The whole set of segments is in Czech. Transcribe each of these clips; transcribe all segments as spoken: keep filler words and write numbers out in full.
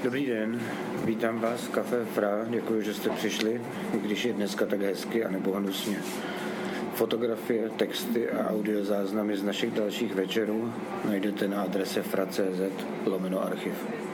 Dobrý den, vítám vás v Café Fra, děkuji, že jste přišli, i když je dneska tak hezky a nebo hnusně. Fotografie, texty a audiozáznamy z našich dalších večerů najdete na adrese fra tečka cé zet lomeno archiv.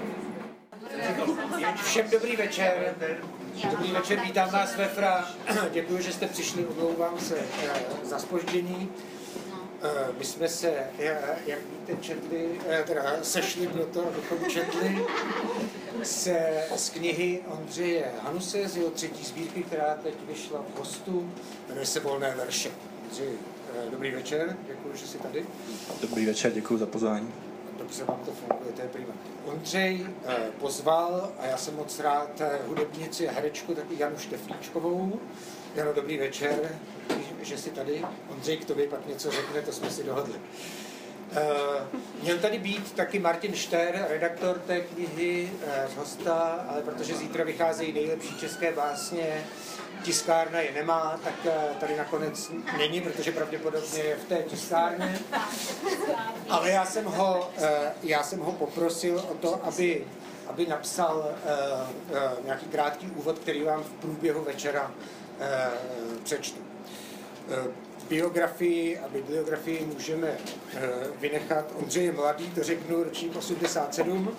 Všem dobrý večer. Dobrý večer, vítám vás ve Fra. Děkuji, že jste přišli, omlouvám se za zpoždění. My jsme se, jak víte, četli, teda sešli proto, abychom četli z, z knihy Ondřeje Hanuse, z jeho třetí sbírky, která teď vyšla v Hostu, jmenuje se Volné verše. Ondřej, dobrý večer, děkuji, že jsi tady. Dobrý večer, děkuji za pozvání. Dobře vám to funguje, to je prima. Ondřej eh, pozval, a já jsem moc rád, hudebnici a herečku, taky Janu Šteflíčkovou. Jano, dobrý večer, že jsi tady. Ondřej k tobě pak něco řekne, to jsme si dohodli. Eh, měl tady být taky Martin Štér, redaktor té knihy eh, z Hosta, ale protože zítra vycházejí nejlepší české básně, tiskárna je nemá, tak tady nakonec není, protože pravděpodobně je v té tiskárně. Ale já jsem ho, já jsem ho poprosil o to, aby, aby napsal nějaký krátký úvod, který vám v průběhu večera přečtu. Biografii a bibliografii můžeme vynechat. Ondřej je mladý, to řeknu, ročník osmdesát sedm.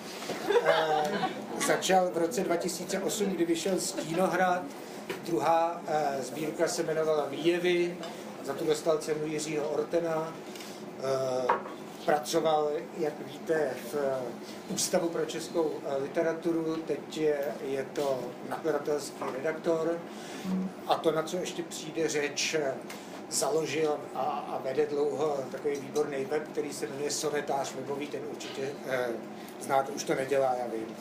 Začal v roce dva tisíce osm, kdy vyšel Stínohrad. Druhá e, sbírka se jmenovala Výjevy, za to dostal cenu Jiřího Ortena. E, pracoval, jak víte, v Ústavu pro českou literaturu, teď je, je to nakladatelský redaktor. A to, na co ještě přijde řeč, založil a, a vede dlouho takový výborný web, který se jmenuje Sonetář webový, ten určitě e, znáte, už to nedělá, já vím.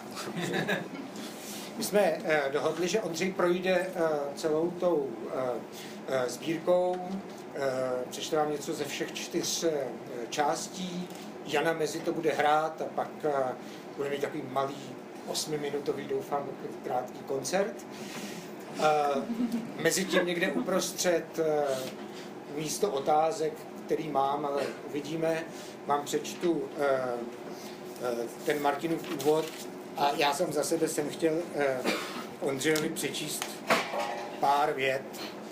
My jsme eh, dohodli, že Ondřej projde eh, celou tou eh, sbírkou, eh, přečte vám něco ze všech čtyř eh, částí, Jana mezi to bude hrát a pak eh, bude mít takový malý osmiminutový, doufám, krátký koncert. Eh, mezi tím někde uprostřed eh, místo otázek, který mám, ale uvidíme, vám přečtu eh, eh, ten Martinův úvod. A já jsem za sebe jsem chtěl eh, Ondřejovi přečíst pár vět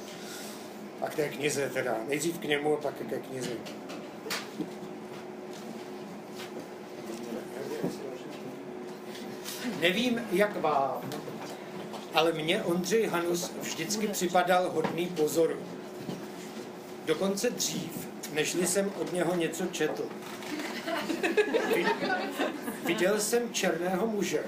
a k té knize teda. Nejdřív k němu a pak ke knize. Nevím, jak vám, ale mně Ondřej Hanus vždycky připadal hodný pozoru. Dokonce dřív, nežli jsem od něho něco četl. Viděl jsem černého muže,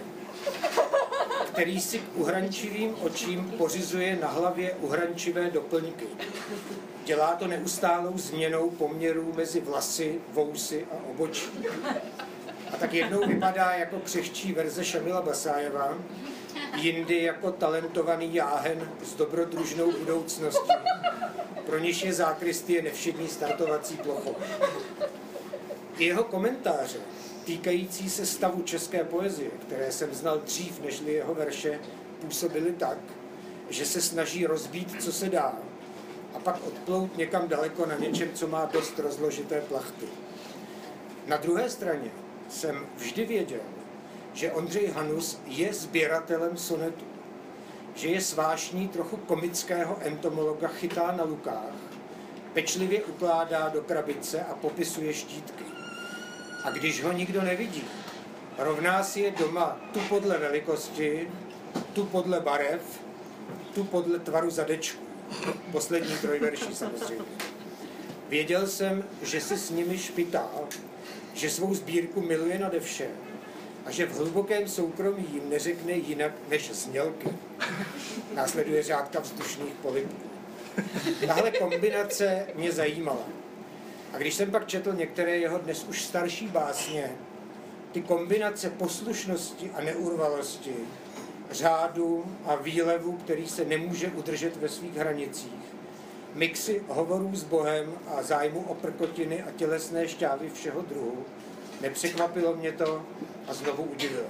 který si k uhrančivým očím pořizuje na hlavě uhrančivé doplňky. Dělá to neustálou změnou poměrů mezi vlasy, vousy a obočí. A tak jednou vypadá jako křehčí verze Šamila Basájeva, jindy jako talentovaný jáhen s dobrodružnou budoucností, pro něž je zákristie nevšední startovací plochou. Jeho komentáře týkající se stavu české poezie, které jsem znal dřív, nežli jeho verše, působily tak, že se snaží rozbít, co se dá, a pak odplout někam daleko na něčem, co má dost rozložité plachty. Na druhé straně jsem vždy věděl, že Ondřej Hanus je sběratelem sonetu, že je svášní trochu komického entomologa chytá na lukách, pečlivě ukládá do krabice a popisuje štítky. A když ho nikdo nevidí, rovná si je doma tu podle velikosti, tu podle barev, tu podle tvaru zadečku. Poslední trojverší samozřejmě. Věděl jsem, že si s nimi špitá, že svou sbírku miluje nade vše a že v hlubokém soukromí jim neřekne jinak než znělky. Následuje řádka vzdušných polibků. Tahle kombinace mě zajímala. A když jsem pak četl některé jeho dnes už starší básně, ty kombinace poslušnosti a neurvalosti, řádu a výlevu, který se nemůže udržet ve svých hranicích, mixy hovorů s Bohem a zájmu o prkotiny a tělesné šťávy všeho druhu, nepřekvapilo mě to a znovu udivilo.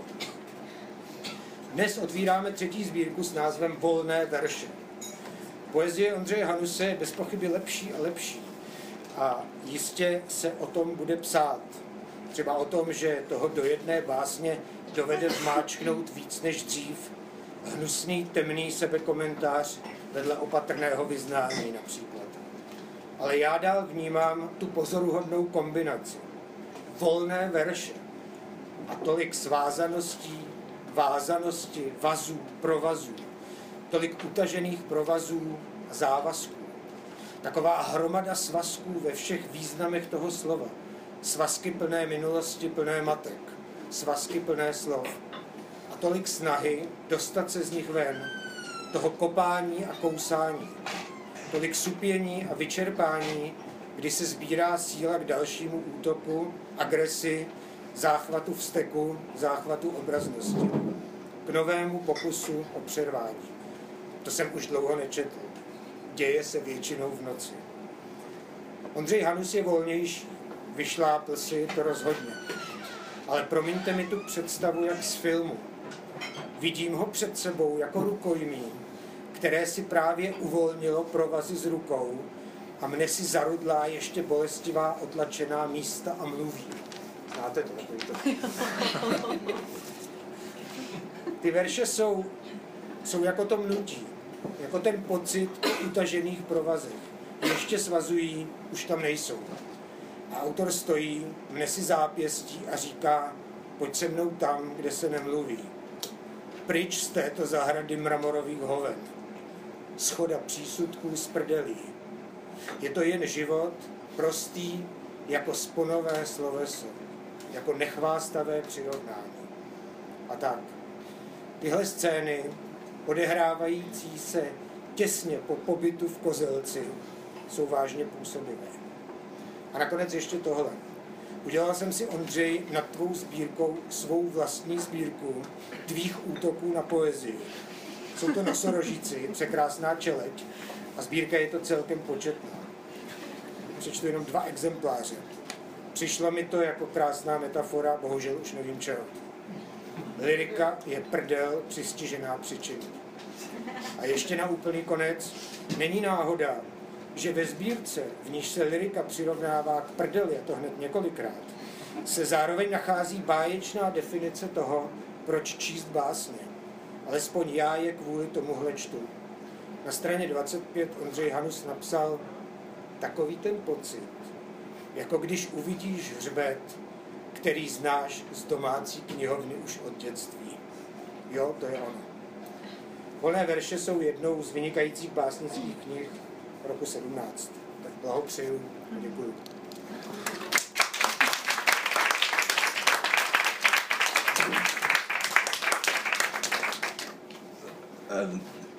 Dnes otvíráme třetí sbírku s názvem Volné verše. Poezie Ondřeje Hanuse je bez pochyby lepší a lepší. A jistě se o tom bude psát. Třeba o tom, že toho do jedné básně dovede vmáčknout víc než dřív hnusný, temný sebekomentář vedle opatrného vyznání například. Ale já dál vnímám tu pozoruhodnou kombinaci. Volné verše a tolik svázaností, vázanosti, vazů, provazů, tolik utažených provazů a závazků. Taková hromada svazků ve všech významech toho slova. Svazky plné minulosti, plné matek. Svazky plné slov. A tolik snahy dostat se z nich ven. Toho kopání a kousání. Tolik supění a vyčerpání, kdy se sbírá síla k dalšímu útoku, agresi, záchvatu vzteku, záchvatu obraznosti. K novému pokusu o přervání. To jsem už dlouho nečetl. Děje se většinou v noci. Ondřej Hanus je volnější. Vyšlápl si, to rozhodně. Ale promiňte mi tu představu jak z filmu. Vidím ho před sebou jako rukojmí, které si právě uvolnilo provazy z rukou a mne si zarudlá ještě bolestivá otlačená místa a mluví. Znáte to? to. Ty verše jsou, jsou jako to mnutí, jako ten pocit o utažených provazech. Ještě svazují, už tam nejsou. A autor stojí, mne si zápěstí a říká, pojď se mnou tam, kde se nemluví. Pryč z této zahrady mramorových hoven. Schoda přísudků z prdelí. Je to jen život, prostý, jako sponové sloveso, jako nechvástavé přirovnání. A tak, tyhle scény, odehrávající se těsně po pobytu v Kozelci, jsou vážně působivé. A nakonec ještě tohle. Udělal jsem si, Ondřej, nad tvou sbírkou svou vlastní sbírku tvých útoků na poezii. Jsou to nosorožíci, překrásná čeleť a sbírka je to celkem početná. Přečtu jenom dva exempláře. Přišlo mi to jako krásná metafora, bohužel už nevím čeho. Lyrika je prdel přistižená přičinu. A ještě na úplný konec, není náhoda, že ve sbírce, v níž se lyrika přirovnává k prdeli, a to hned několikrát, se zároveň nachází báječná definice toho, proč číst básně. Alespoň já je kvůli tomuhle čtu. Na straně dvacet pět Ondřej Hanus napsal takový ten pocit, jako když uvidíš hřbet, který znáš z domácí knihovny už od dětství. Jo, to je ono. Volné verše jsou jednou z vynikajících básnických knih roku sedmnáct. Tak blahopřeju a děkuju. Um,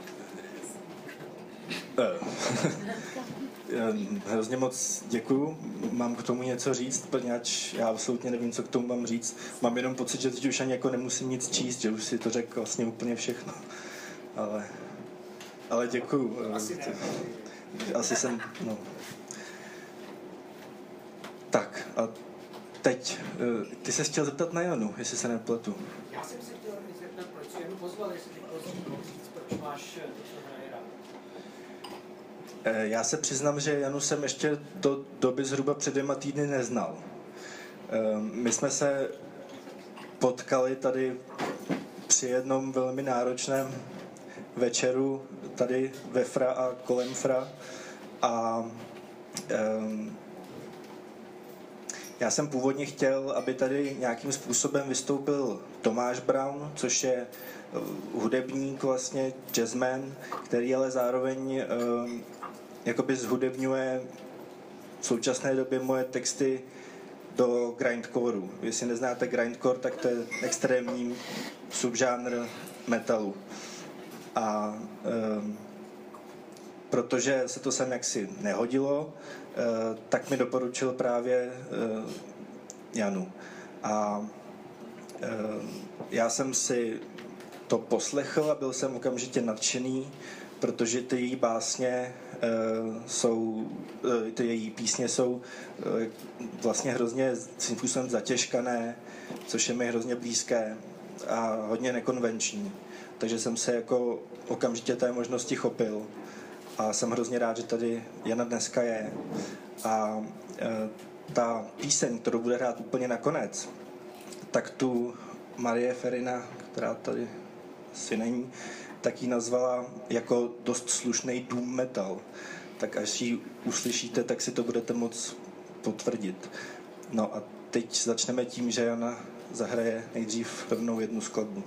um, hrozně moc děkuju. Mám k tomu něco říct, poněvadž já absolutně nevím, co k tomu mám říct. Mám jenom pocit, že teď už ani jako nemusím nic číst, že už si to řekl vlastně úplně všechno. Ale, ale děkuju. Asi ne. Asi jsem, no. Tak, a teď, ty se chtěl zeptat na Janu, jestli se nepletu. Já jsem se chtěl zeptat, proč jsi Janu pozval, jestli bych mohl říct, proč máš to, co hraje rád. Já se přiznám, že Janu jsem ještě do doby zhruba před dvěma týdny neznal. My jsme se potkali tady při jednom velmi náročném večeru tady ve Fra a kolem Fra a um, já jsem původně chtěl, aby tady nějakým způsobem vystoupil Tomáš Brown, což je hudebník, vlastně jazzman, který ale zároveň um, jakoby zhudebňuje v současné době moje texty do grindcoreu. Jestli neznáte grindcore, tak to je extrémní subžánr metalu. A um, protože se to sem jaksi nehodilo, uh, tak mi doporučil právě uh, Janu. A uh, já jsem si to poslechl a byl jsem okamžitě nadšený, protože ty její básně uh, jsou, uh, ty její písně jsou uh, vlastně hrozně svým způsobem zatěžkané, což je mi hrozně blízké a hodně nekonvenční. Takže jsem se jako okamžitě té možnosti chopil a jsem hrozně rád, že tady Jana dneska je. A e, ta píseň, kterou bude hrát úplně nakonec, tak tu Marie Ferina, která tady asi není, tak ji nazvala jako dost slušný doom metal. Tak až ji uslyšíte, tak si to budete moc potvrdit. No a teď začneme tím, že Jana zahraje nejdřív rovnou jednu skladbu.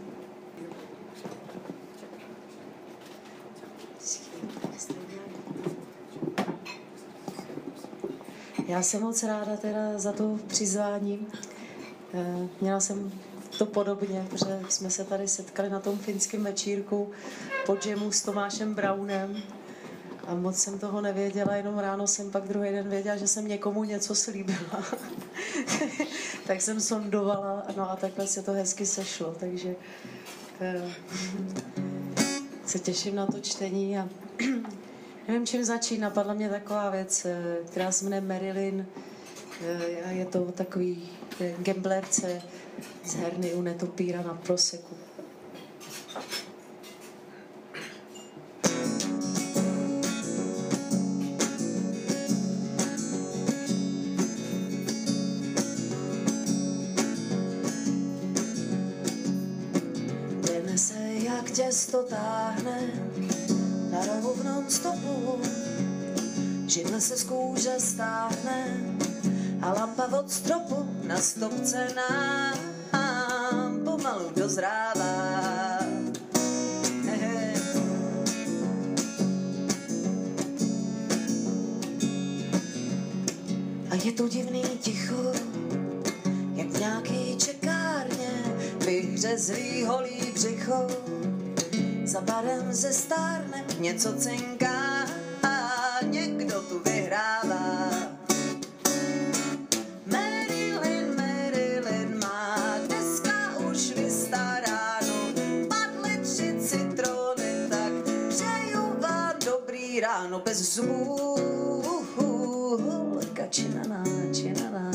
Já jsem moc ráda teda za to přizvání. Měla jsem to podobně, protože jsme se tady setkali na tom finském večírku po džemu s Tomášem Brownem a moc jsem toho nevěděla, jenom ráno jsem pak druhý den věděla, že jsem někomu něco slíbila. Tak jsem sondovala, no a takhle se to hezky sešlo, takže uh, se těším na to čtení a nevím, čím začít. Napadla mě taková věc, která se jmenuje Marilyn. Je to takový gamblerce z herny u netopíra na proseku. Den se jak těsto táhne na rohu v non-stopu, židle se z kůže stáhne a lampa od stropu na stopce nám pomalu dozrává. Hehe. A je tu divný ticho, jak v nějaký čekárně, vyhřezlý holý břicho, za barem ze stárne něco cenká a někdo tu vyhrává. Marilyn, Marilyn má dneska už vystaráno, padly tři citrony, tak přeju vám dobrý ráno bez zubů. Holka činaná, činaná.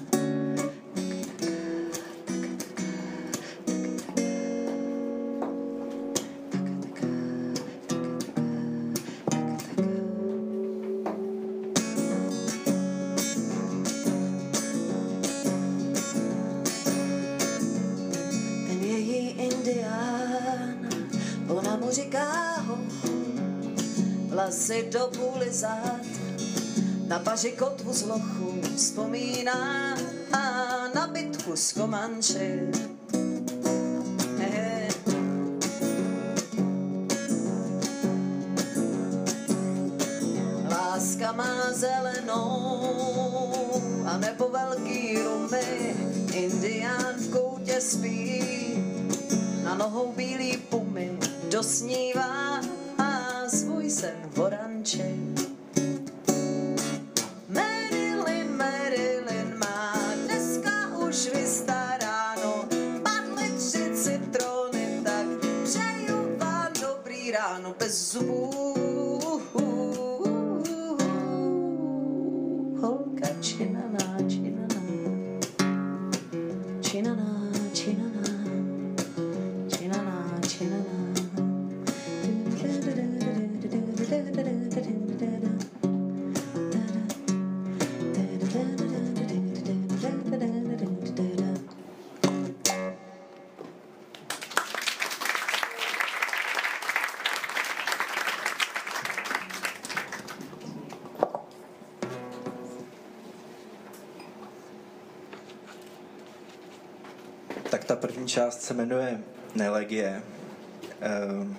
Vlasy do půly zad, na paži kotvu z lochu, vzpomíná a na bitku z Komanči. Hehe. Láska má zelenou a nebo velký rumy, indián v koutě spí, na nohou bílý pumy, dosnívá svůj sen v oranči. Marilyn, Marilyn má dneska už vystaráno, padly tři citrony, tak přeju vám dobrý ráno bez zubů. Holka činaná, činaná, činaná, činaná, činaná, činaná. Tak ta první část se jmenuje Nelegie. Um,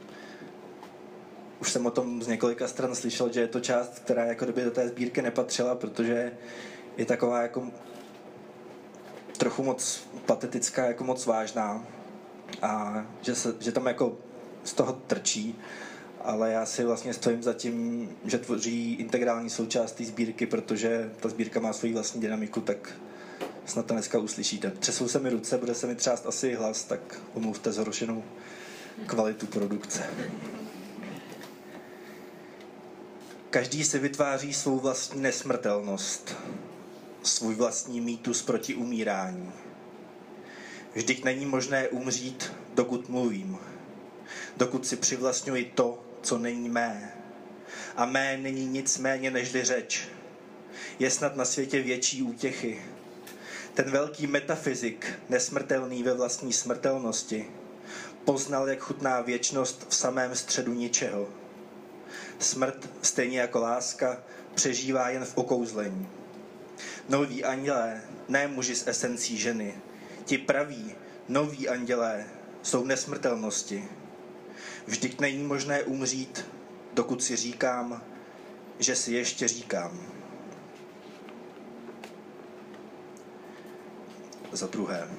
už jsem o tom z několika stran slyšel, že je to část, která jako kdyby do té sbírky nepatřila, protože je taková jako trochu moc patetická, jako moc vážná a že, se, že tam jako z toho trčí, ale já si vlastně stojím za tím, že tvoří integrální součást té sbírky, protože ta sbírka má svoji vlastní dynamiku, tak snad to dneska uslyšíte. Třesou se mi ruce, bude se mi třást asi hlas, tak omluvte zhoršenou kvalitu produkce. Každý si vytváří svou vlastní nesmrtelnost, svůj vlastní mýtus proti umírání. Vždyť není možné umřít, dokud mluvím, dokud si přivlastňuji to, co není mé. A mé není nic méně nežli řeč. Je snad na světě větší útěchy. Ten velký metafyzik, nesmrtelný ve vlastní smrtelnosti, poznal, jak chutná věčnost v samém středu ničeho. Smrt, stejně jako láska, přežívá jen v okouzlení. Noví andělé, ne muži s esencí ženy, ti praví, noví andělé, jsou v nesmrtelnosti. Vždyť není možné umřít, dokud si říkám, že si ještě říkám. Za druhé.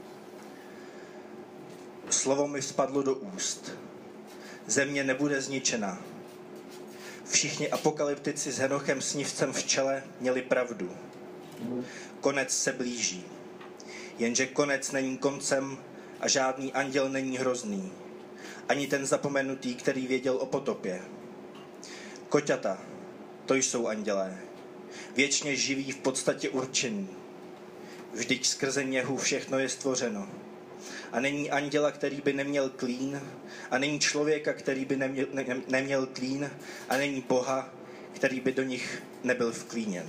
Slovo mi spadlo do úst. Země nebude zničena. Všichni apokalyptici s Henochem snivcem v čele měli pravdu. Konec se blíží. Jenže konec není koncem a žádný anděl není hrozný. Ani ten zapomenutý, který věděl o potopě. Koťata, to jsou andělé. Věčně živí, v podstatě určení. Vždyť skrze něhu všechno je stvořeno. A není anděla, který by neměl klín, a není člověka, který by neměl, ne, neměl klín, a není Boha, který by do nich nebyl vklíněn.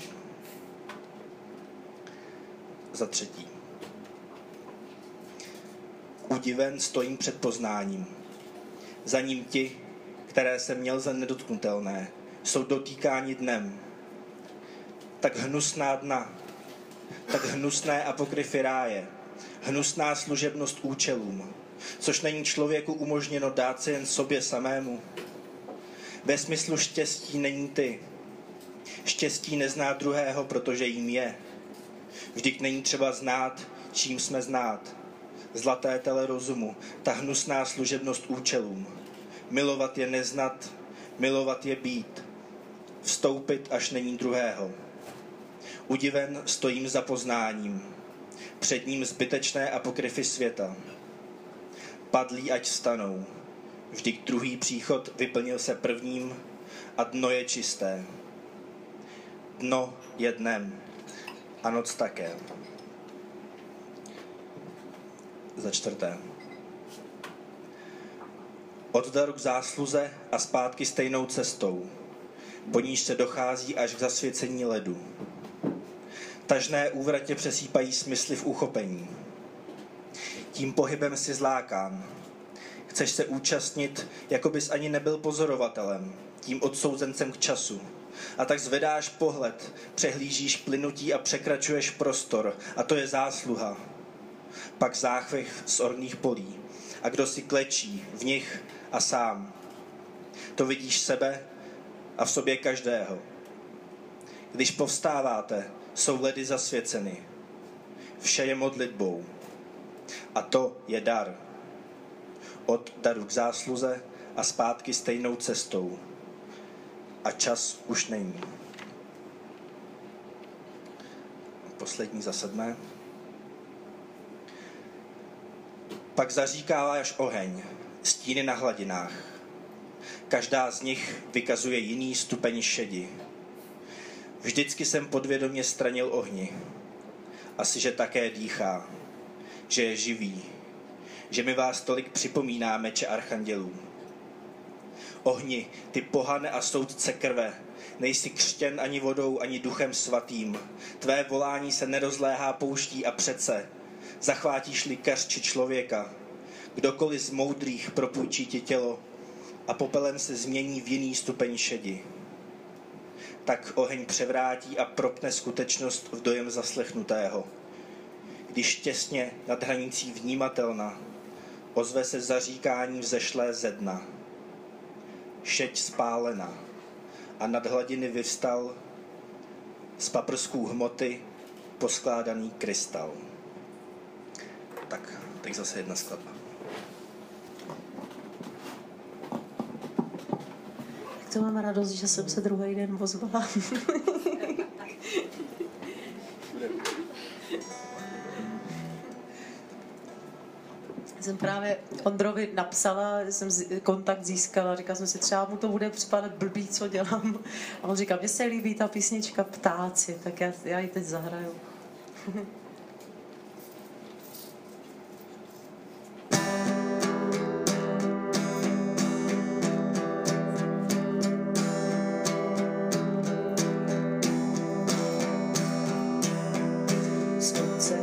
Za třetí. Udiven stojím před poznáním. Za ním ti, které jsem měl za nedotknutelné, jsou dotýkáni dnem. Tak hnusná dna, tak hnusné apokryfy ráje, hnusná služebnost účelům, což není člověku umožněno dát se jen sobě samému. Ve smyslu štěstí není ty. Štěstí nezná druhého, protože jím je. Vždyť není třeba znát, čím jsme znát. Zlaté tele rozumu, ta hnusná služebnost účelům. Milovat je neznat, milovat je být. Vstoupit, až není druhého. Udiven stojím za poznáním. Před ním zbytečné apokryfy světa. Padlí, ať vstanou. Vždyť druhý příchod vyplnil se prvním a dno je čisté. Dno je dnem a noc také. Za čtvrté. Od daru k zásluze a zpátky stejnou cestou, po níž se dochází až k zasvěcení ledu. Tažné úvratě přesýpají smysly v uchopení. Tím pohybem si zlákám. Chceš se účastnit, jako bys ani nebyl pozorovatelem, tím odsouzencem k času. A tak zvedáš pohled, přehlížíš plynutí a překračuješ prostor, a to je zásluha. Pak záchvěv z orných polí. A kdo si klečí v nich a sám. To vidíš sebe a v sobě každého. Když povstáváte, jsou ledy zasvěceny. Vše je modlitbou. A to je dar. Od daru k zásluze a zpátky stejnou cestou. A čas už není. Poslední za sedmé. Pak zaříkáváš oheň, stíny na hladinách. Každá z nich vykazuje jiný stupeň šedi. Vždycky jsem podvědomě stranil ohni. Asi, že také dýchá, že je živý, že mi vás tolik připomíná meče archandělů. Ohni, ty pohane a soudce krve, nejsi křtěn ani vodou, ani duchem svatým. Tvé volání se nerozléhá pouští a přece, zachvátíš-li keř či člověka, kdokoliv z moudrých propůjčí ti tělo a popelem se změní v jiný stupeň šedi. Tak oheň převrátí a propne skutečnost v dojem zaslechnutého. Když těsně nad hranicí vnímatelna, ozve se zaříkání vzešlé ze dna. Šeď spálena a nad hladiny vyvstal z paprsků hmoty poskládaný krystal. Tak, teď zase jedna skladba. To mám radost, že jsem se druhý den ozvala. Jsem právě Ondrovi napsala, jsem kontakt získala, říkala jsem si, třeba mu to bude připadat blbý, co dělám. A on říká, mně se líbí ta písnička Ptáci, tak já, já ji teď zahraju. Slunce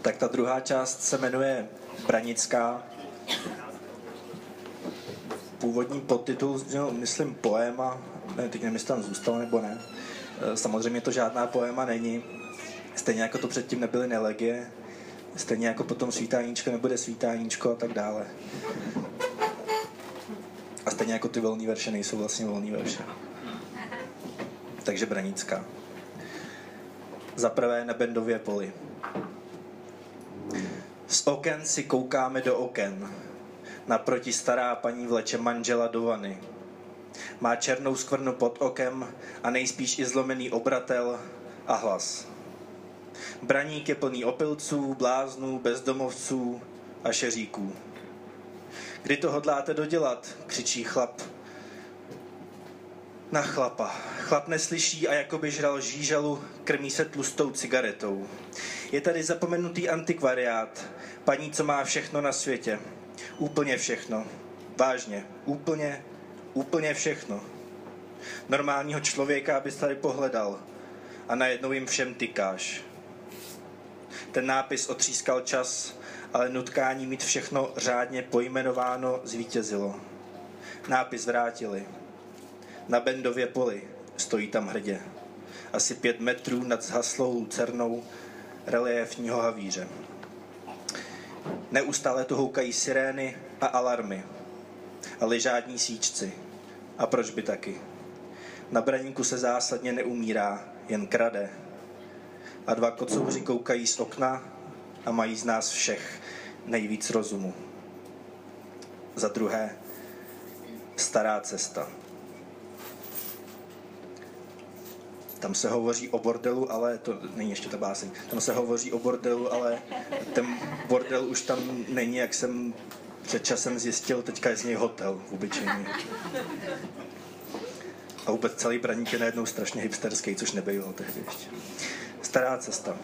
Tak ta druhá část se jmenuje Branická. Původní podtitul, no, myslím, poéma, ne, teď nevím, jestli tam zůstalo nebo ne. Samozřejmě to žádná poéma není. Stejně jako to předtím nebyly Nelegie. Stejně jako potom Svítáníčko nebude Svítáníčko a tak dále. A stejně jako ty volný verše nejsou vlastně volný verše. Takže Branická. Za prvé na Bendově poli. Z oken si koukáme do oken. Naproti stará paní vleče manžela do vany. Má černou skvrnu pod okem a nejspíš i zlomený obratel a hlas. Braník je plný opilců, bláznů, bezdomovců a šeříků. Kdy to hodláte dodělat? Křičí chlap na chlapa. Chlap neslyší a jakoby žral žížalu, krmí se tlustou cigaretou. Je tady zapomenutý antikvariát, paní, co má všechno na světě. Úplně všechno. Vážně. Úplně, úplně všechno. Normálního člověka bys tady pohledal a najednou jim všem tykáš. Ten nápis otřískal čas, ale nutkání mít všechno řádně pojmenováno zvítězilo. Nápis vrátili. Na Bendově poli stojí tam hrdě. Asi pět metrů nad zhaslou lucernou reliéfního havíře. Neustále tu houkají sirény a alarmy. Ale žádní síčci. A proč by taky? Na Braníku se zásadně neumírá, jen krade. A dva kocouři koukají z okna a mají z nás všech nejvíc rozumu. Za druhé, stará cesta. Tam se hovoří o bordelu, ale to není ještě ta báseň. Tam se hovoří o bordelu, ale ten bordel už tam není, jak jsem před časem zjistil, teďka je z něj hotel obyčejný. A vůbec celý Braník je najednou strašně hipsterský, což nebylo tehdy ještě. Stará cesta.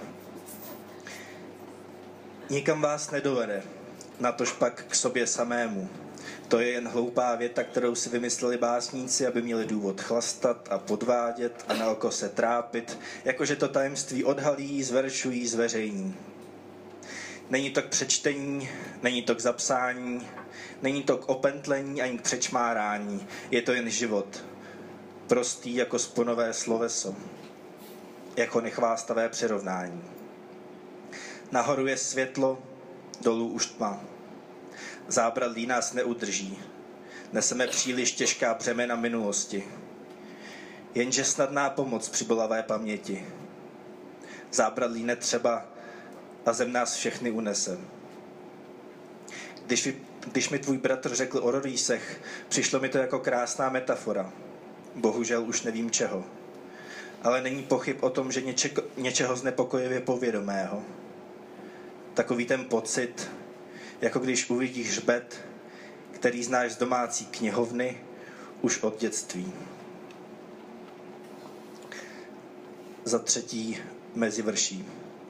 Nikam vás nedovede, natož pak k sobě samému. To je jen hloupá věta, kterou si vymysleli básníci, aby měli důvod chlastat a podvádět a na oko se trápit, jakože to tajemství odhalí, zveršují, zveřejní. Není to k přečtení, není to k zapsání, není to k opentlení ani k přečmárání. Je to jen život. Prostý jako sponové sloveso. Jako nechvástavé přirovnání. Nahoru je světlo, dolů už tma. Zábradlí nás neudrží. Neseme příliš těžká břemena minulosti. Jenže snadná pomoc při bolavé paměti. Zábradlí netřeba a zem nás všechny unese. Když, když mi tvůj bratr řekl o rorýsech, přišlo mi to jako krásná metafora. Bohužel už nevím čeho. Ale není pochyb o tom, že něče, něčeho znepokojivě povědomého. Takový ten pocit, jako když uvidíš hřbet, který znáš z domácí knihovny už od dětství. Za třetí mezivrší.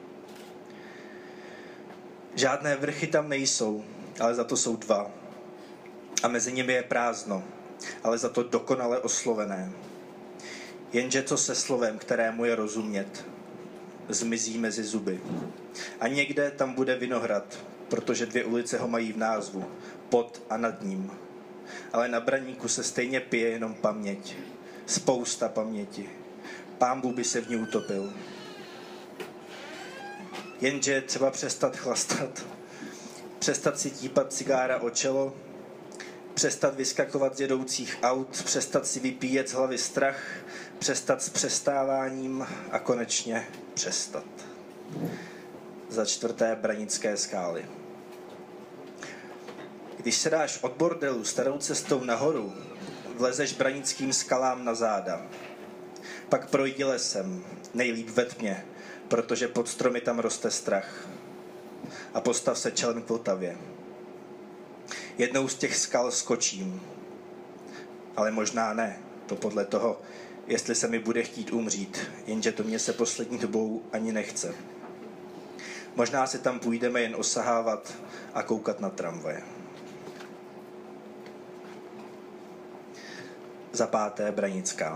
Žádné vrchy tam nejsou, ale za to jsou dva. A mezi nimi je prázdno, ale za to dokonale oslovené. Jenže co se slovem, kterému je rozumět, zmizí mezi zuby. A někde tam bude Vinohrad, protože dvě ulice ho mají v názvu, pod a nad ním. Ale na Braníku se stejně pije jenom paměť. Spousta paměti. Pánbůh by se v ní utopil. Jenže třeba přestat chlastat, přestat si típat cigára o čelo, přestat vyskakovat z jedoucích aut, přestat si vypíjet z hlavy strach, přestat s přestáváním a konečně přestat. Za čtvrté Branické skály. Když se dáš od bordelu starou cestou nahoru, vlezeš branickým skalám na záda. Pak projdi lesem, nejlíp ve tmě, protože pod stromy tam roste strach. A postav se čelem k Vltavě. Jednou z těch skal skočím. Ale možná ne, to podle toho, jestli se mi bude chtít umřít, jenže to mě se poslední dobou ani nechce. Možná si tam půjdeme jen osahávat a koukat na tramvaje. Za páté Branická.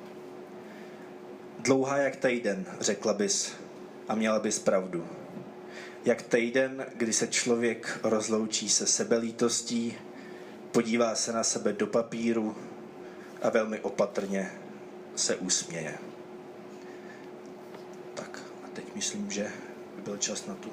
Dlouhá jak týden, řekla bys, a měla bys pravdu. jak týden, kdy se člověk rozloučí se sebelítostí, podívá se na sebe do papíru a velmi opatrně se usměje. Tak a teď myslím, že by byl čas na tu.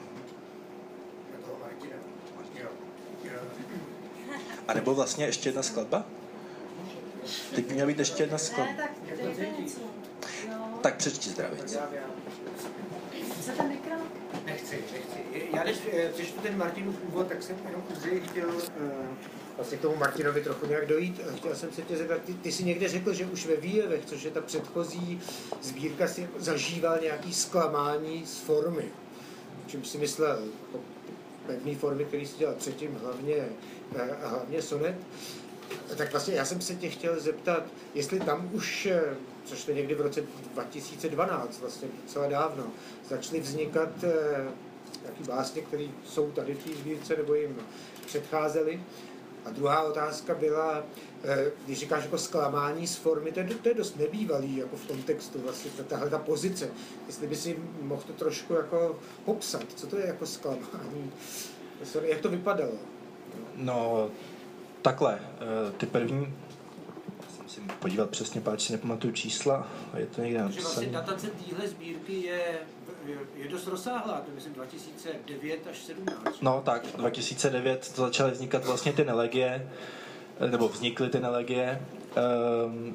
A nebo vlastně ještě jedna skladba? Teď by měla být ještě jedna skladba. Ne, tak dejte něco. Tak přečti Zdravic. Chcete mikro? Nechci, nechci. Já když přečtu ten Martinův úvod, tak jsem jenom Udřeji chtěl uh, vlastně k tomu Martinovi trochu nějak dojít. Chtěl jsem se tě zeptat, ty, ty jsi někde řekl, že už ve Výjevech, což je ta předchozí sbírka, si zažíval nějaký zklamání z formy. Čím si myslel pevný formy, který jsi dělal předtím, hlavně, hlavně sonet. Tak vlastně já jsem se tě chtěl zeptat, jestli tam už, což to někdy v roce dva tisíce dvanáct, vlastně docela dávno, začaly vznikat nějaký básně, které jsou tady v té sbírce nebo jim předcházely. A druhá otázka byla, když říkáš jako zklamání z formy, to je, to je dost nebývalý jako v tom textu, vlastně tahle ta pozice. Jestli by si mohl to trošku jako popsat, co to je jako zklamání, jak to vypadalo? No, takhle, ty první, musím si podívat přesně, páč si nepamatuju čísla, je to někde napsané. Vlastně datace téhle sbírky je, je dost rozsáhlá, to myslím dva tisíce devět až sedmnáct. No tak, dva tisíce devět to začaly vznikat vlastně ty nelegie, nebo vznikly ty nelegie. Um,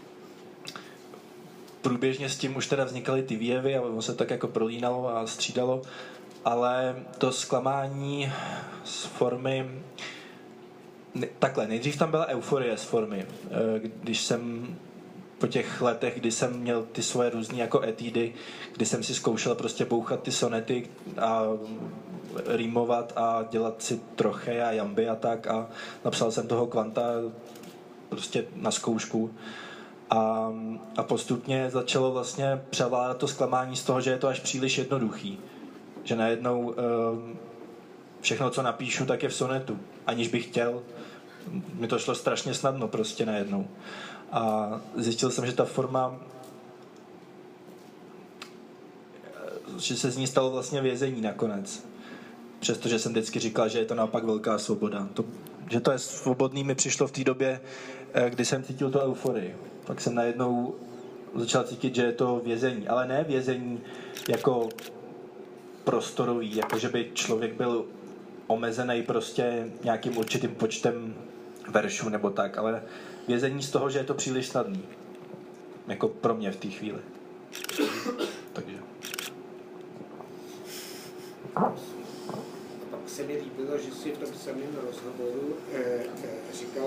průběžně s tím už teda vznikaly ty výjevy a ono se tak jako prolínalo a střídalo, ale to zklamání z formy, takhle, nejdřív tam byla euforie z formy, když jsem po těch letech, kdy jsem měl ty svoje různý jako etídy, kdy jsem si zkoušel prostě bouchat ty sonety a rýmovat a dělat si trochy a jamby a tak a napsal jsem toho kvanta prostě na zkoušku a, a postupně začalo vlastně převládat to zklamání z toho, že je to až příliš jednoduchý, že najednou uh, všechno, co napíšu, tak je v sonetu, aniž bych chtěl. Mi to šlo strašně snadno prostě najednou. A zjistil jsem, že ta forma, že se z ní stalo vlastně vězení nakonec. Přestože jsem vždycky říkal, že je to naopak velká svoboda. To, že to je svobodný, mi přišlo v té době, kdy jsem cítil tu euforii. Pak jsem najednou začal cítit, že je to vězení. Ale ne vězení jako prostorový, jako že by člověk byl omezený prostě nějakým určitým počtem veršů nebo tak, ale vězení z toho, že je to příliš snadný. Jako pro mě v té chvíli. Takže. A pak se mi líbilo, že si v tom samém rozhovoru eh, eh, říkal,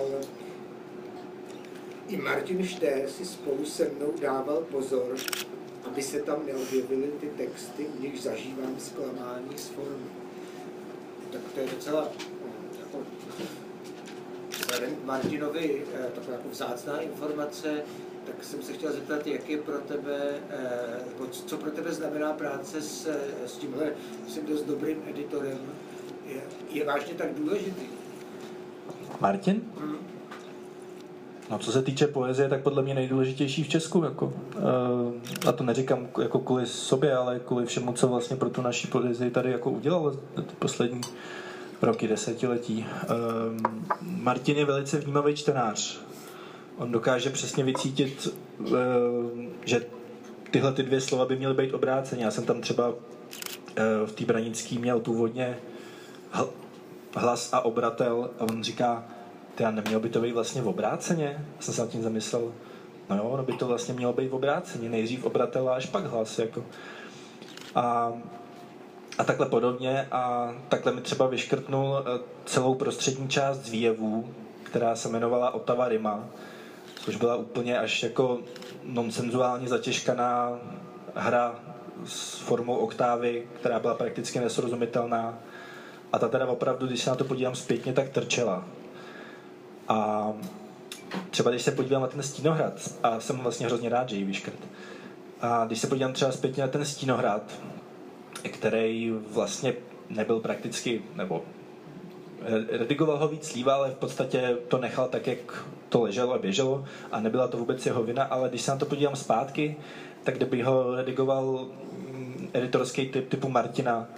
i Martin Štern si spolu se mnou dával pozor, aby se tam neobjevily ty texty, u nich zažívám zklamání z formy. Tak to je docela jako, vzhledem k Martinovi taková jako vzácná informace, tak jsem se chtěl zeptat, jak je pro tebe, co pro tebe znamená práce s, s tímhle, myslím, dost dobrým editorem. Je, je vážně tak důležitý? Martin? Hmm. No, co se týče poezie, tak podle mě nejdůležitější v Česku. Jako, a to neříkám jako kvůli sobě, ale kvůli všemu, co vlastně pro tu naší poezii tady jako udělal ty poslední roky, desetiletí. Martin je velice vnímavý čtenář. On dokáže přesně vycítit, že tyhle ty dvě slova by měly být obráceně. Já jsem tam třeba v té Branický měl původně hlas a obratel a on říká, tyja, nemělo by to být vlastně v obráceně? Já jsem se nad tím zamyslel, no jo, no by to vlastně mělo být v obráceně, nejdřív obratel a až pak hlas, jako. A, a takhle podobně a takhle mi třeba vyškrtnul celou prostřední část z výjevů, která se jmenovala Otava Rima, což byla úplně až jako nonsenzuálně zatěžkaná hra s formou oktávy, která byla prakticky nesrozumitelná. A ta teda opravdu, když se na to podívám zpětně, tak trčela. A třeba když se podívám na ten Stínohrad, a jsem vlastně hrozně rád, že ji vyškrt, a když se podívám třeba zpětně na ten Stínohrad, který vlastně nebyl prakticky, nebo redigoval ho víc Líva, ale v podstatě to nechal tak, jak to leželo a běželo a nebyla to vůbec jeho vina, ale když se na to podívám zpátky, tak kdyby ho redigoval editorský typ typu Martina,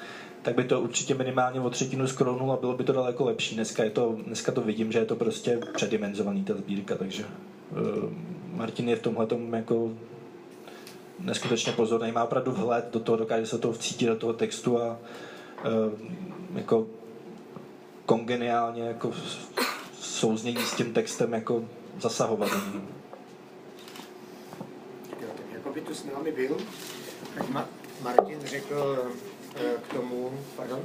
tak by to určitě minimálně o třetinu skrounulo a bylo by to daleko lepší. Dneska, je to, dneska to vidím, že je to prostě předimenzovaný ta sbírka, takže uh, Martin je v tomhletom jako neskutečně pozorný, má opravdu vhled do toho, dokáže se toho vcítit do toho textu a uh, jako kongeniálně jako souznění s tím textem jako zasahovat. Jo, tak jako by tu s námi byl, tak Ma- Martin řekl uh, k tomu, pardon?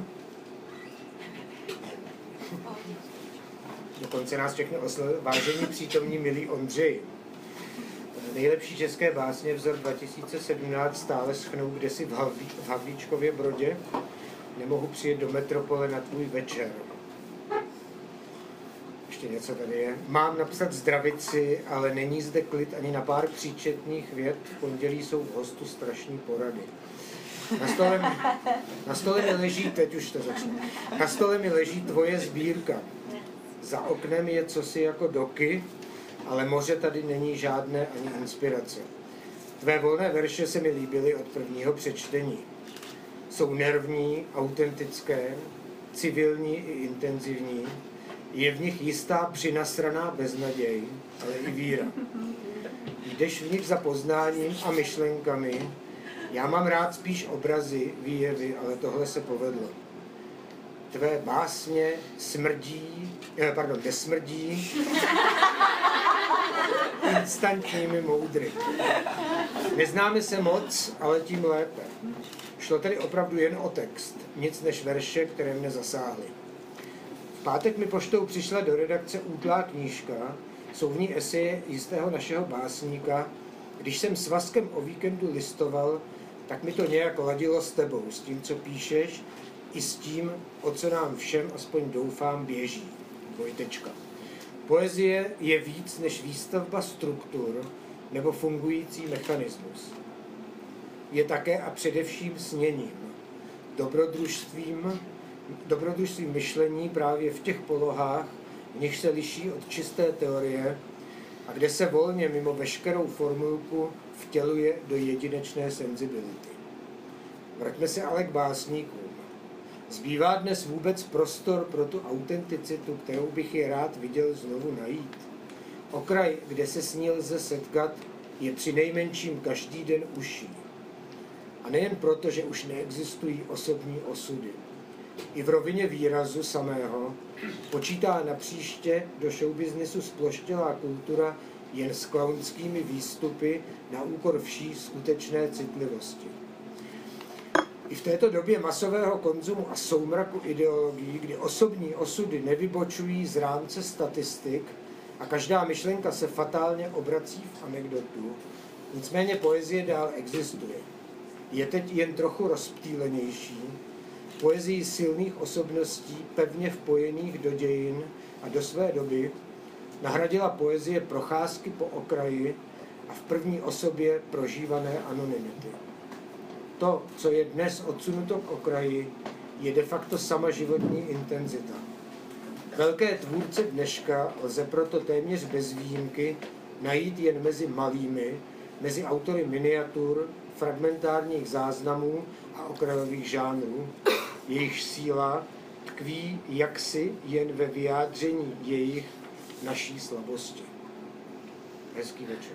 Dokonce nás všechny oslovil, vážení přítomní milí Ondřej. Nejlepší české básně vzor dva tisíce sedmnáct stále schnou kdesi v, Havlí, v Havlíčkově Brodě. Nemohu přijet do metropole na tvůj večer. Ještě něco tady je. Mám napsat zdravici, ale není zde klid ani na pár příčetných vět. V pondělí jsou v hostu strašní porady. Na stole, na stole mi leží, teď už to začne, na stole mi leží tvoje sbírka. Za oknem je cosi jako doky, ale moře tady není žádné ani inspirace. Tvé volné verše se mi líbily od prvního přečtení. Jsou nervní, autentické, civilní i intenzivní. Je v nich jistá přinasraná beznaděj, ale i víra. Jdeš v nich za poznáním a myšlenkami. Já mám rád spíš obrazy, výjevy, ale tohle se povedlo. Tvé básně smrdí, eh, pardon, nesmrdí instantními moudry. Neznáme se moc, ale tím lépe. Šlo tedy opravdu jen o text, nic než verše, které mne zasáhly. V pátek mi poštou přišla do redakce útlá knížka, jsou v ní eseje jistého našeho básníka. Když jsem s Vaskem o víkendu listoval, tak mi to nějak ladilo s tebou, s tím, co píšeš, i s tím, o co nám všem, aspoň doufám, běží. Dvojtečka. Poezie je víc než výstavba struktur nebo fungující mechanismus. Je také a především sněním, dobrodružstvím, dobrodružstvím myšlení právě v těch polohách, v nich se liší od čisté teorie a kde se volně mimo veškerou formulku vtěluje do jedinečné senzibility. Vraťme se ale k básníkům. Zbývá dnes vůbec prostor pro tu autenticitu, kterou bych je rád viděl znovu najít? Okraj, kde se s ní lze setkat, je přinejmenším každý den užší. A nejen proto, že už neexistují osobní osudy. I v rovině výrazu samého počítá napříště do showbiznesu sploštělá kultura jen s klaunskými výstupy na úkor vší skutečné citlivosti. I v této době masového konzumu a soumraku ideologií, kdy osobní osudy nevybočují z rámce statistik a každá myšlenka se fatálně obrací v anekdotu, nicméně poezie dál existuje. Je teď jen trochu rozptýlenější, poezii silných osobností pevně vpojených do dějin a do své doby nahradila poezie procházky po okraji a v první osobě prožívané anonymity. To, co je dnes odsunuto k okraji, je de facto sama životní intenzita. Velké tvůrce dneška lze proto téměř bez výjimky najít jen mezi malými, mezi autory miniatur, fragmentárních záznamů a okrajových žánrů. Jejich síla tkví jaksi jen ve vyjádření jejich naší slabosti. Hezký večer.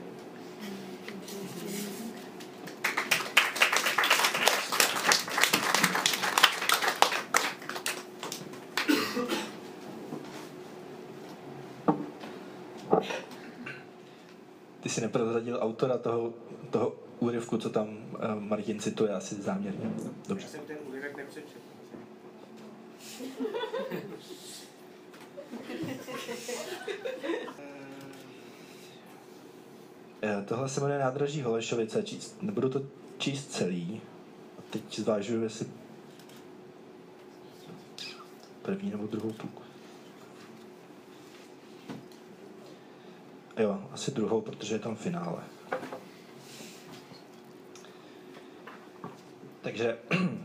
Ty jsi neprozradil autora toho, toho úryvku, co tam uh, Martin cituje, asi záměrně. Dobře. Já jsem ten úryvek nepřečetl. Tohle se jmenuje Nádraží Holešovice. Číst, nebudu to číst celý. A teď zvážuji, jestli první nebo druhou půlku. Jo, asi druhou, protože je tam finále. Takže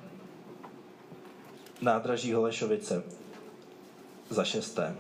Nádraží Holešovice za šesté.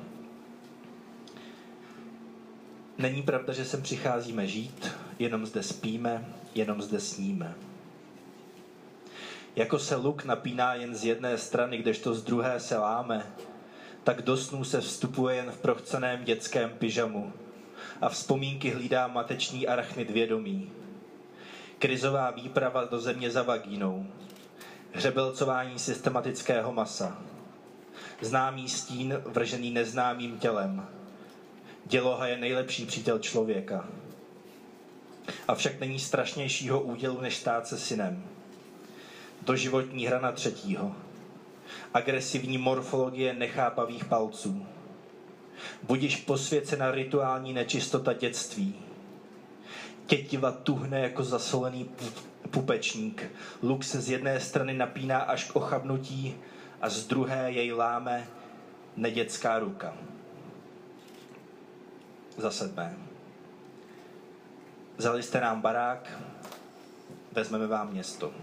Není pravda, že sem přicházíme žít, jenom zde spíme, jenom zde sníme. Jako se luk napíná jen z jedné strany, kdežto z druhé se láme, tak do snů se vstupuje jen v prochceném dětském pyžamu a vzpomínky hlídá mateční arachnid vědomí. Krizová výprava do země za vagínou, hřebelcování systematického masa, známý stín vržený neznámým tělem. Děloha je nejlepší přítel člověka. Avšak není strašnějšího údělu, než stát se synem. Doživotní hra na třetího. Agresivní morfologie nechápavých palců. Budiš posvěcena rituální nečistota dětství. Tětiva tuhne jako zasolený pupečník. Luk se z jedné strany napíná až k ochabnutí a z druhé jej láme nedětská ruka. Za sedmé. Vzali jste nám barák, vezmeme vám město.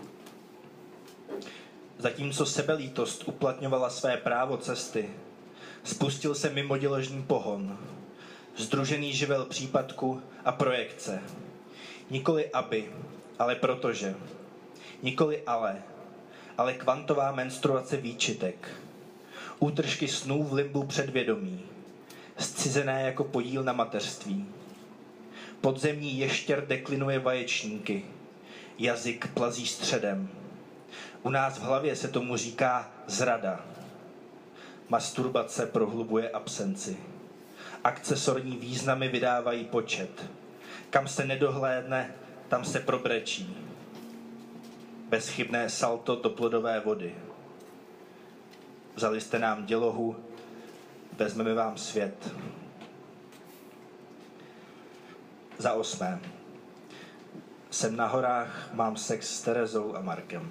Zatímco sebelítost uplatňovala své právo cesty, spustil se mimoděložný pohon, sdružený živel případku a projekce. Nikoli aby, ale protože. Nikoli ale, ale kvantová menstruace výčitek. Útržky snů v limbu předvědomí, zcizené jako podíl na mateřství. Podzemní ještěr deklinuje vaječníky, jazyk plazí středem. U nás v hlavě se tomu říká zrada. Masturbace prohlubuje absenci. Akcesorní významy vydávají počet. Kam se nedohlédne, tam se probrečí. Bezchybné salto do plodové vody. Vzali jste nám dělohu, vezmeme vám svět. Za osmé. Jsem na horách, mám sex s Terezou a Markem.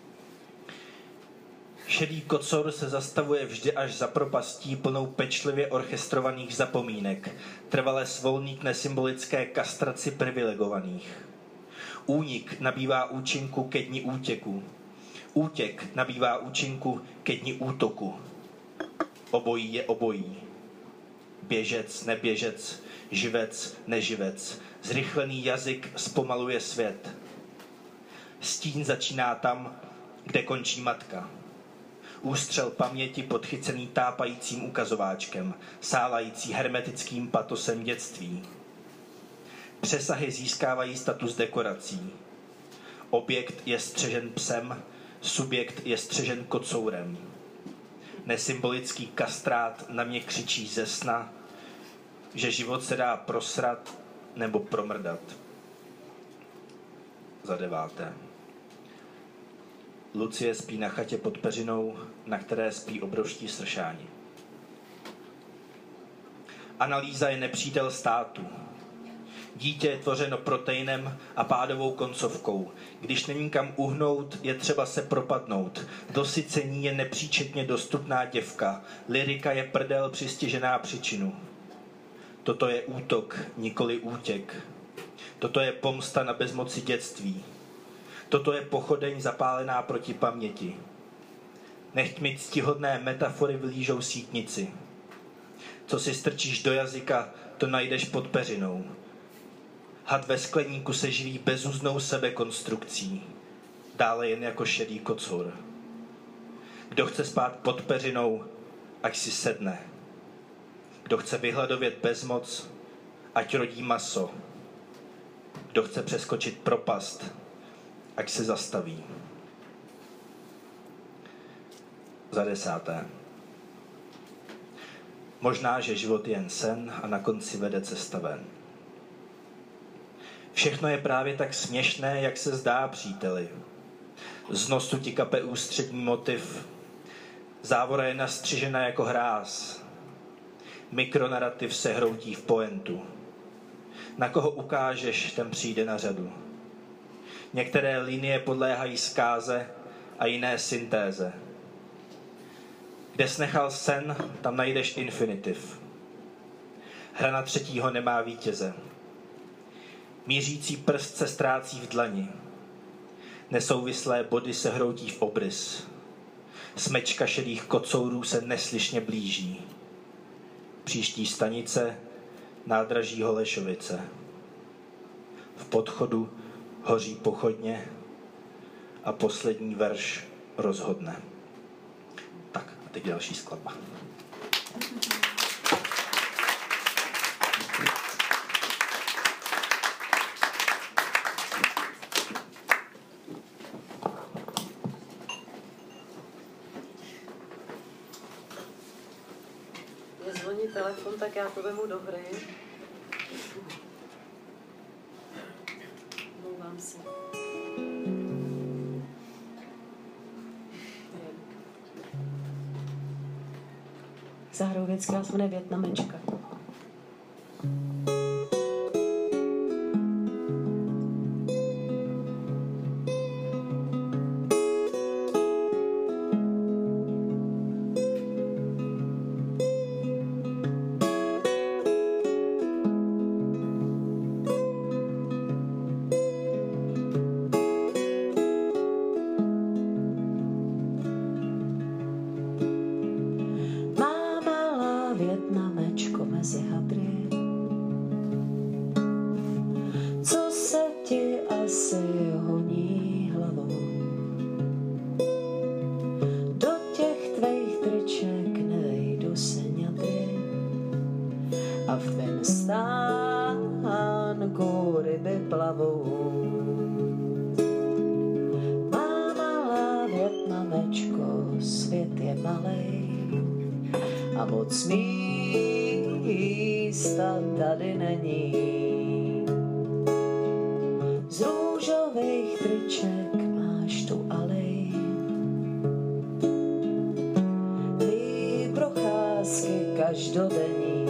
Šedý kocor se zastavuje vždy až za propastí plnou pečlivě orchestrovaných zapomínek. Trvale svolní k nesymbolické kastraci privilegovaných. Únik nabývá účinku ke dni útěku. Útěk nabývá účinku ke dni útoku. Obojí je obojí. Běžec, neběžec, živec, neživec. Zrychlený jazyk zpomaluje svět. Stín začíná tam, kde končí matka. Ústřel paměti podchycený tápajícím ukazováčkem, sálající hermetickým patosem dětství. Přesahy získávají status dekorací. Objekt je střežen psem, subjekt je střežen kocourem. Nesymbolický kastrát na mě křičí ze sna, že život se dá prosrat nebo promrdat. Za deváté. Lucie spí na chatě pod peřinou, na které spí obrovští sršáni. Analýza je nepřítel státu. Dítě je tvořeno proteinem a pádovou koncovkou. Když není kam uhnout, je třeba se propadnout. Do sycení je nepříčetně dostupná děvka. Lyrika je prdel přistižená příčinu. Toto je útok, nikoli útěk. Toto je pomsta na bezmoci dětství. Toto je pochodeň zapálená proti paměti. Nechť mi ctihodné metafory vylížou sítnici. Co si strčíš do jazyka, to najdeš pod peřinou. Had ve skleníku se živí bezúznou sebekonstrukcí, dále jen jako šedý kocur. Kdo chce spát pod peřinou, ať si sedne. Kdo chce vyhladovět bezmoc, ať rodí maso. Kdo chce přeskočit propast, ať se zastaví. Za desáté. Možná, že život je jen sen a na konci vede cesta ven. Všechno je právě tak směšné, jak se zdá, příteli. Z nosu ti kape ústřední motiv. Závora je nastřižena jako hráz. Mikronarativ se hroutí v poentu. Na koho ukážeš, ten přijde na řadu. Některé linie podléhají zkáze a jiné syntéze. Kde jsi nechal sen, tam najdeš infinitiv. Hra na třetího nemá vítěze. Mířící prst se ztrácí v dlani. Nesouvislé body se hroutí v obrys. Smečka šedých kocourů se neslyšně blíží. Příští stanice nádraží Holešovice. V podchodu hoří pochodně a poslední verš rozhodne. Tak a teď další skladba. Mě zvoní telefon, tak já to vemu do hry. Mluvám se. Zahrou věc, která se jmenuje Vietnamečka. Místa tady není. Z růžových triček máš tu alej. Tvý procházky každodenní.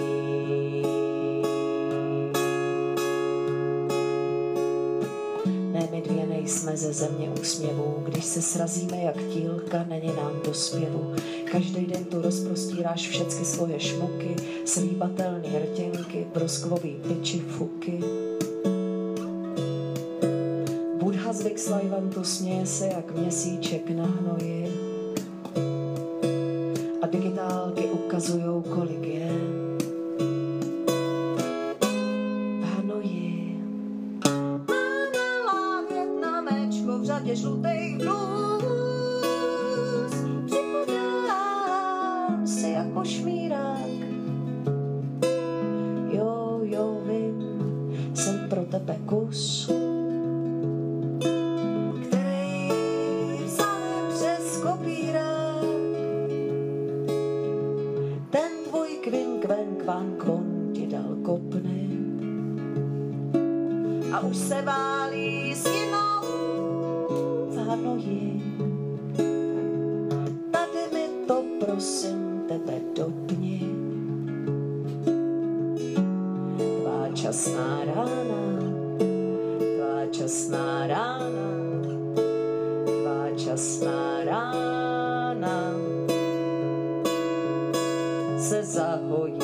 Ne, my dvě nejsme ze země úsměvů. Když se srazíme jak tílka, není nám do zpěvu. Každý den tu rozprostíráš všecky svoje šmuky, slíbatelný rtěnky, broskvový piči fuky. Buddha z Vixlajvantu směje se jak měsíček na hnoji a digitálky ukazujou, kolik je v Hanoji. Malá Vietnamečko v řadě žlutých blůz, jako šmírák. Jo, jo, vím, jsem pro tebe kus, který vzal přes kopírák. Ten tvůj kvin, kven, kvan, kvon ti dal kopny a už se válí s jinou v Hanoji. Tady mi to prosím tebe dopni. Tvá časná rána, tvá časná rána, tvá časná rána se zahojí.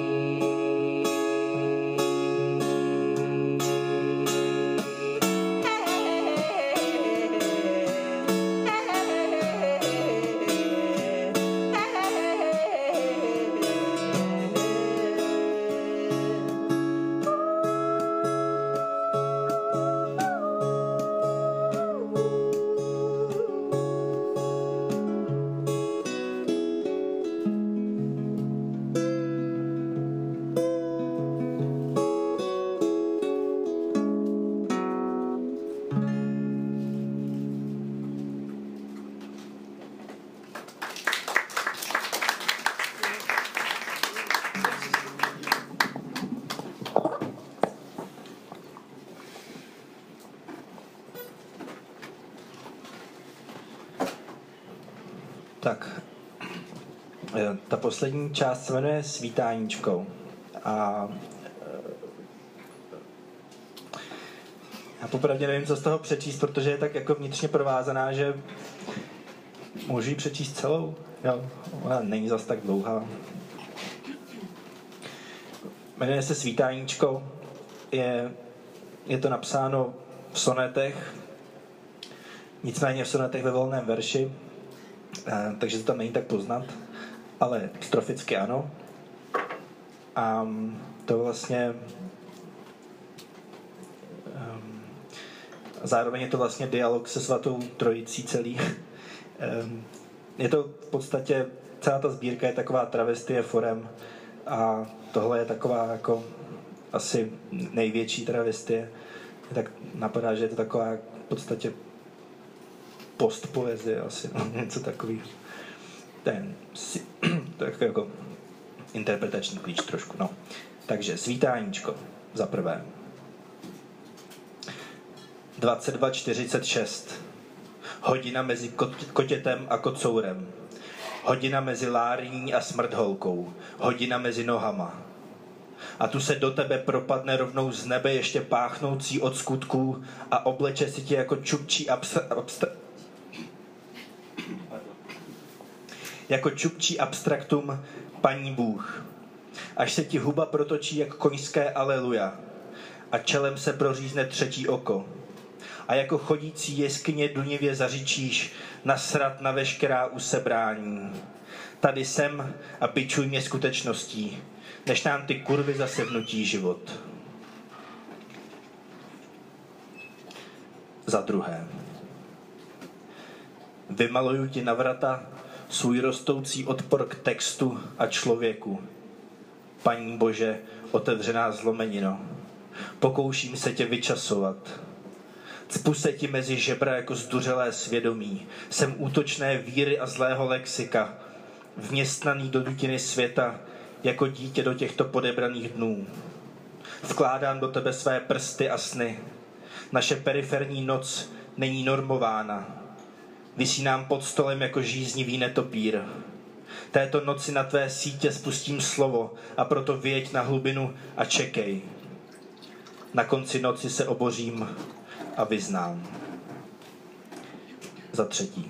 Tak, ta poslední část se jmenuje Svítáníčkou. A já popravdě nevím, co z toho přečíst, protože je tak jako vnitřně provázaná, že můžu ji přečíst celou. Jo, ona není zas tak dlouhá. Jmenuje se Svítáníčkou. Je, je to napsáno v sonetech, nicméně v sonetech ve volném verši, takže to tam není tak poznat, ale stroficky ano. A to vlastně zároveň je to vlastně dialog se svatou trojicí celý. Je to v podstatě, celá ta sbírka je taková travestie forem a tohle je taková jako asi největší travestie. Tak napadá, že je to taková v podstatě postpoezie asi, no, něco takový. Ten, tak jako interpretační klíč trošku, no. Takže svítáníčko, za prvé. dvacet dva čtyřicet šest. Hodina mezi kotětem a kocourem. Hodina mezi láriní a smrtholkou. Hodina mezi nohama. A tu se do tebe propadne rovnou z nebe ještě páchnoucí od skutků a obleče si tě jako čupčí abstra... abstra... jako čupčí abstraktum paní Bůh. Až se ti huba protočí jak koňské aleluja a čelem se prořízne třetí oko. A jako chodící jeskyně dunivě zařičíš nasrat na veškerá usebrání. Tady jsem a bičuj mě skutečností, než nám ty kurvy zase vnutí život. Za druhé. Vymaluju ti na vrata svůj rostoucí odpor k textu a člověku. Paní Bože, otevřená zlomenino, pokouším se tě vyčasovat. Cpu se ti mezi žebra jako zduřelé svědomí. Jsem útočné víry a zlého lexika, vměstnaný do dutiny světa jako dítě do těchto podebraných dnů. Vkládám do tebe své prsty a sny. Naše periferní noc není normována. Visí nám pod stolem jako žíznivý netopír. Této noci na tvé sítě spustím slovo a proto vyjeď na hlubinu a čekej. Na konci noci se obořím a vyznám. Za třetí.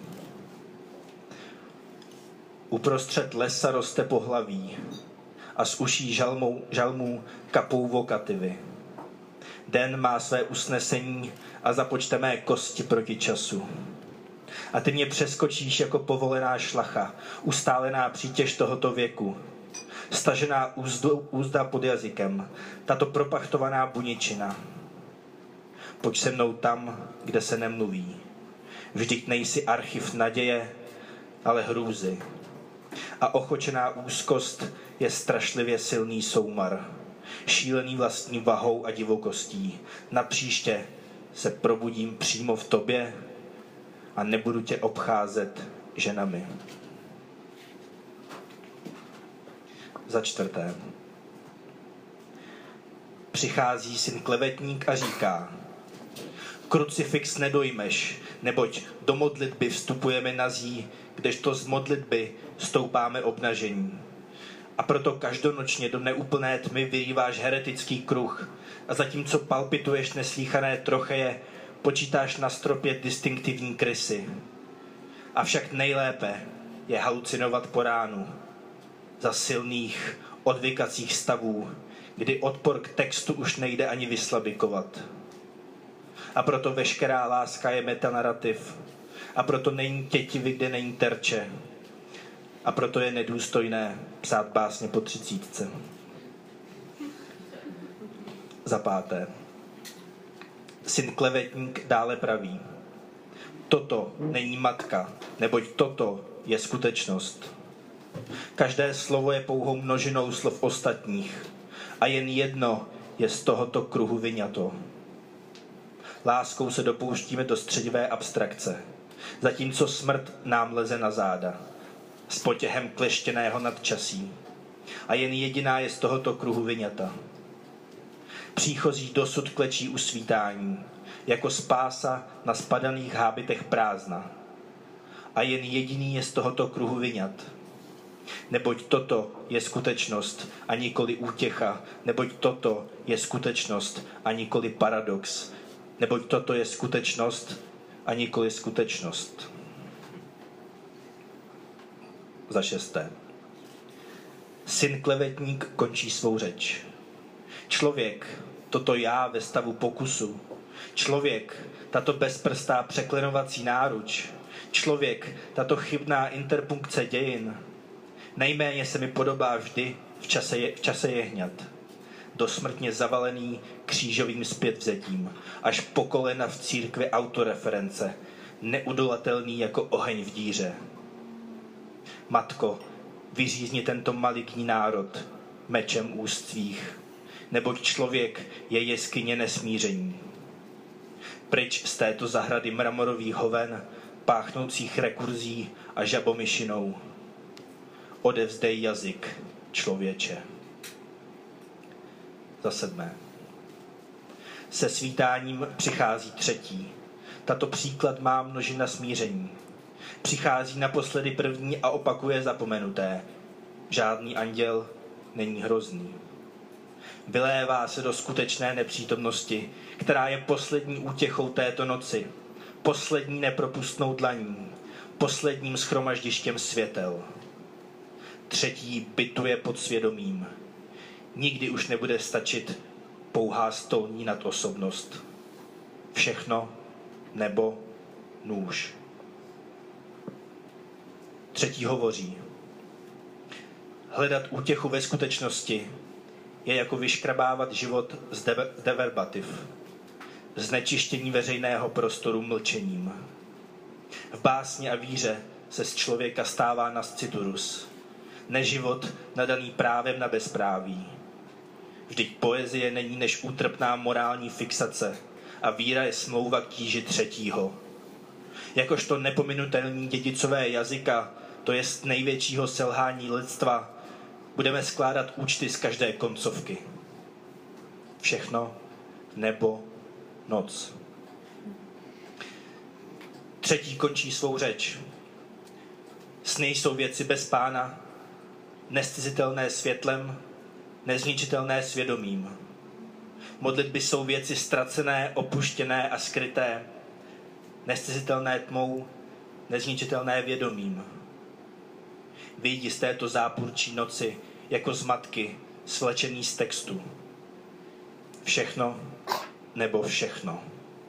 Uprostřed lesa roste pohlaví a z uší žalmou, žalmů kapou vokativy. Den má své usnesení a započte mé kosti proti času. A ty mě přeskočíš jako povolená šlacha, ustálená přítěž tohoto věku. Stažená úzdu, úzda pod jazykem, tato propachtovaná buničina. Pojď se mnou tam, kde se nemluví. Vždyť nejsi archiv naděje, ale hrůzy. A ochočená úzkost je strašlivě silný soumar. Šílený vlastní vahou a divokostí. Napříště se probudím přímo v tobě a nebudu tě obcházet ženami. Za čtvrté. Přichází syn klevetník a říká: Krucifix nedojmeš, neboť do modlitby vstupujeme nazí, kdežto z modlitby stoupáme obnažení. A proto každonočně do neúplné tmy vyrýváš heretický kruh a zatímco palpituješ neslíchané trocheje, počítáš na stropě distinktivní krysy. Avšak nejlépe je halucinovat po ránu za silných odvykacích stavů, kdy odpor k textu už nejde ani vyslabikovat. A proto veškerá láska je metanarativ. A proto není tětivy, kde není terče. A proto je nedůstojné psát básně po třicítce. Za páté. Syn klevetník dále praví: Toto není matka, neboť toto je skutečnost. Každé slovo je pouhou množinou slov ostatních a jen jedno je z tohoto kruhu vyňato. Láskou se dopouštíme do středivé abstrakce, zatímco smrt nám leze na záda, s potěhem kleštěného nadčasí. A jen jediná je z tohoto kruhu vyňata. Příchozí dosud klečí u svítání, jako spása na spadaných hábitech prázdna. A jen jediný je z tohoto kruhu vyňat. Neboť toto je skutečnost a nikoli útěcha, neboť toto je skutečnost a nikoli paradox, neboť toto je skutečnost a nikoli skutečnost. Za šesté. Syn klevetník končí svou řeč. Člověk, toto já ve stavu pokusu. Člověk, tato bezprstá překlenovací náruč. Člověk, tato chybná interpunkce dějin. Nejméně se mi podobá vždy v čase, je, v čase jehňat. dosmrtně zavalený křížovým zpětvzetím, až po kolena v církvi autoreference, neudolatelný jako oheň v díře. Matko, vyřízni tento maligní národ mečem úst svých, neboť člověk je jeskyně nesmíření. Pryč z této zahrady mramorových hoven, páchnoucích rekurzí a žabomyšinou. Odevzdej jazyk, člověče. Za sedmé. Se svítáním přichází třetí. Tato příklad má množina smíření. Přichází naposledy první a opakuje zapomenuté. Žádný anděl není hrozný. Vylévá se do skutečné nepřítomnosti, která je poslední útěchou této noci, poslední nepropustnou dlaní, posledním shromaždištěm světel. Třetí bituje pod svědomím. Nikdy už nebude stačit pouhá stolní nadosobnost. Všechno nebo nůž. Třetí hovoří. Hledat útěchu ve skutečnosti je jako vyškrabávat život z deverbativ, znečištění veřejného prostoru mlčením. V básni a víře se z člověka stává nasciturus, neživot nadaný právem na bezpráví. Vždyť poezie není než útrpná morální fixace a víra je smlouva k tíži třetího. Jakožto nepominutelní dědicové jazyka, to jest největšího selhání lidstva, budeme skládat účty z každé koncovky. Všechno nebo noc. Třetí končí svou řeč. Sny jsou věci bez pána, nescizitelné světlem, nezničitelné svědomím. Modlitby jsou věci ztracené, opuštěné a skryté, nescizitelné tmou, nezničitelné vědomím. Vyjdi z této zápůrčí noci jako zmatky, svlečený z textu. Všechno nebo všechno.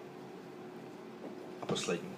A poslední.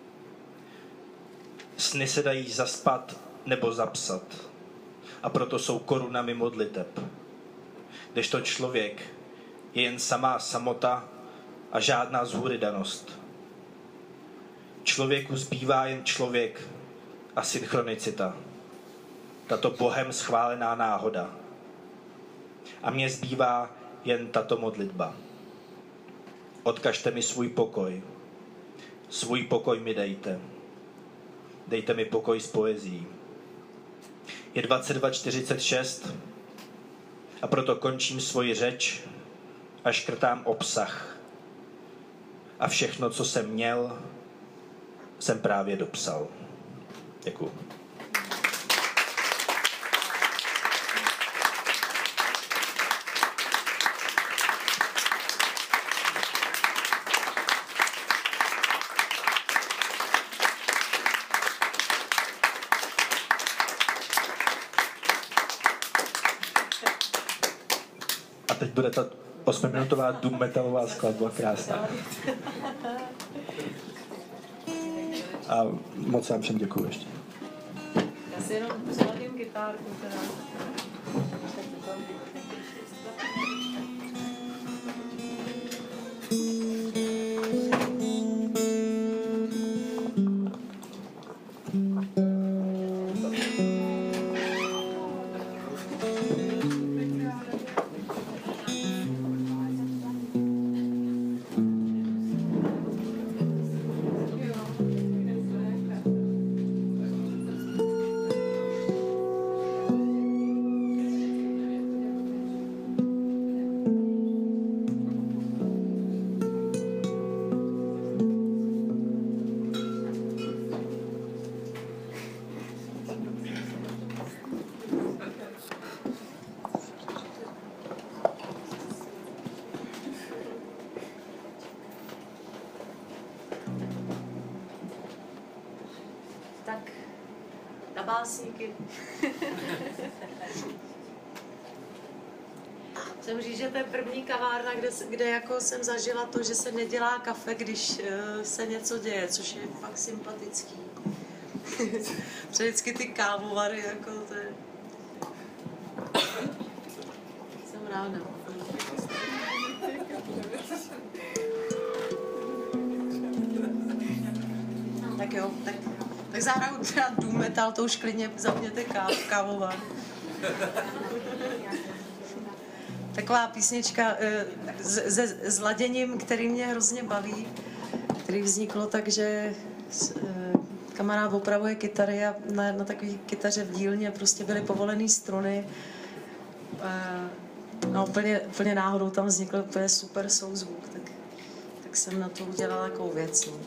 Sny se dají zaspat nebo zapsat. A proto jsou korunami modliteb. Kdežto člověk je jen samá samota a žádná zhůrydanost. Člověku zbývá jen člověk a synchronicita. Tato Bohem schválená náhoda. A mně zbývá jen tato modlitba. Odkažte mi svůj pokoj. Svůj pokoj mi dejte. Dejte mi pokoj s poezií. Je dvacet dva čtyřicet šest a proto končím svoji řeč a škrtám obsah. A všechno, co jsem měl, jsem právě dopsal. Děkuju. A teď bude ta osmiminutová doom metalová skladba, krásná. A moc vám všem děkuju ještě. Já si jenom zladím kytárku teda. Tak, na básníky. Musím říct, že to je první kavárna, kde, kde jako jsem zažila to, že se nedělá kafe, když uh, se něco děje, což je fakt sympatický. Protože vždycky ty kávovary, jako to je... Jsem ráda. tak jo, tak, tak zahraju teda doom metal, to už klidně zapněte káv, kávová. Taková písnička s, se zladěním, který mě hrozně baví, který vzniklo tak, že kamarád opravuje kytary a na, na takové kytaře v dílně prostě byly povolené struny. No úplně, úplně náhodou tam vznikl úplně super souzvuk, tak, tak jsem na to udělala takovou věc. No.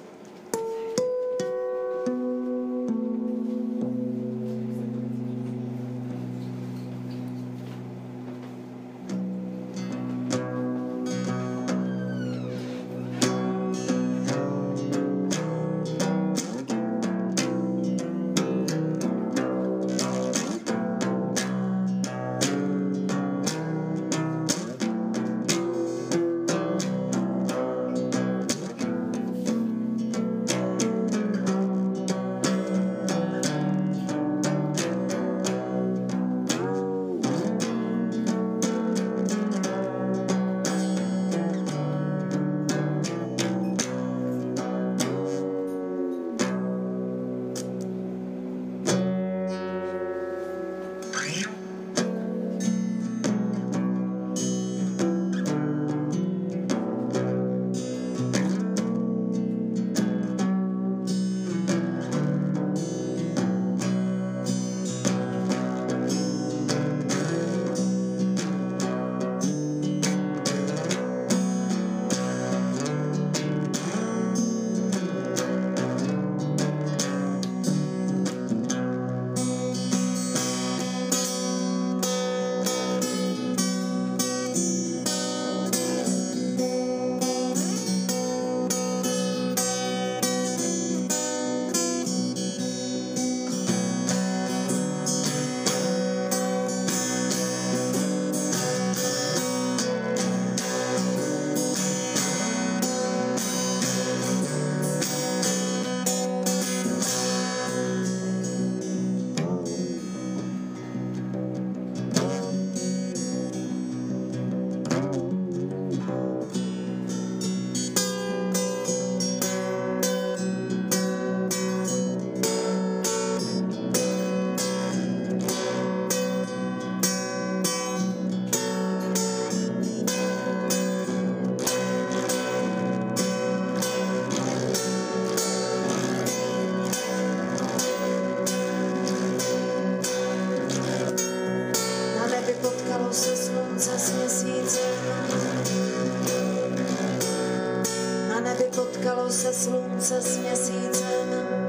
Se slunce s měsícem,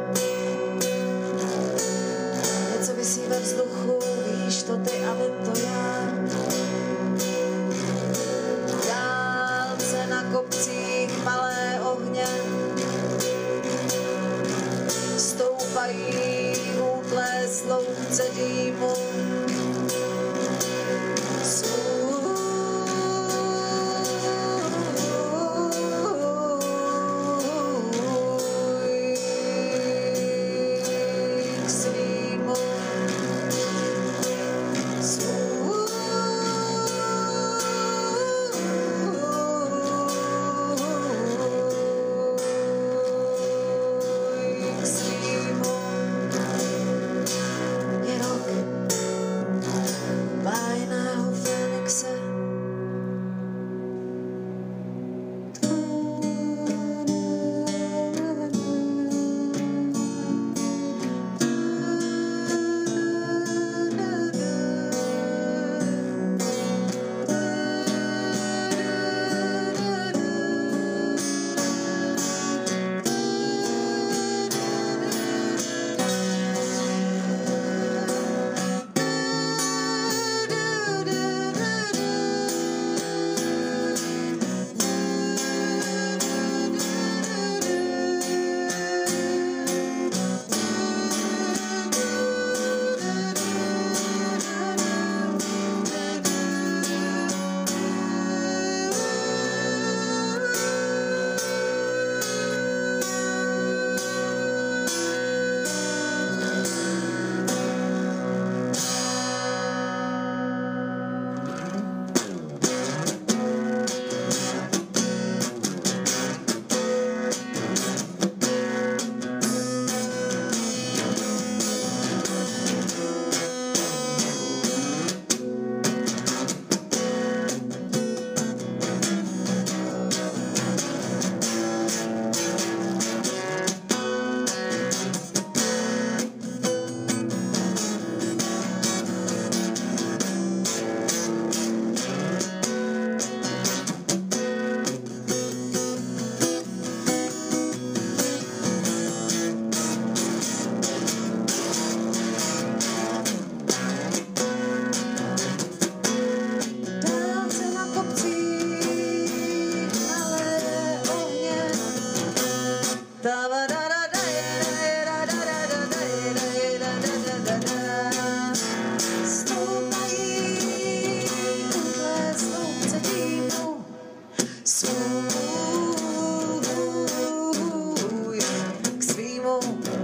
něco visí ve vzduchu, víš to ty a vím to já. V dálce na kopcích malé ohně stoupají útlé sloupce dýmu. svůj k svýmu.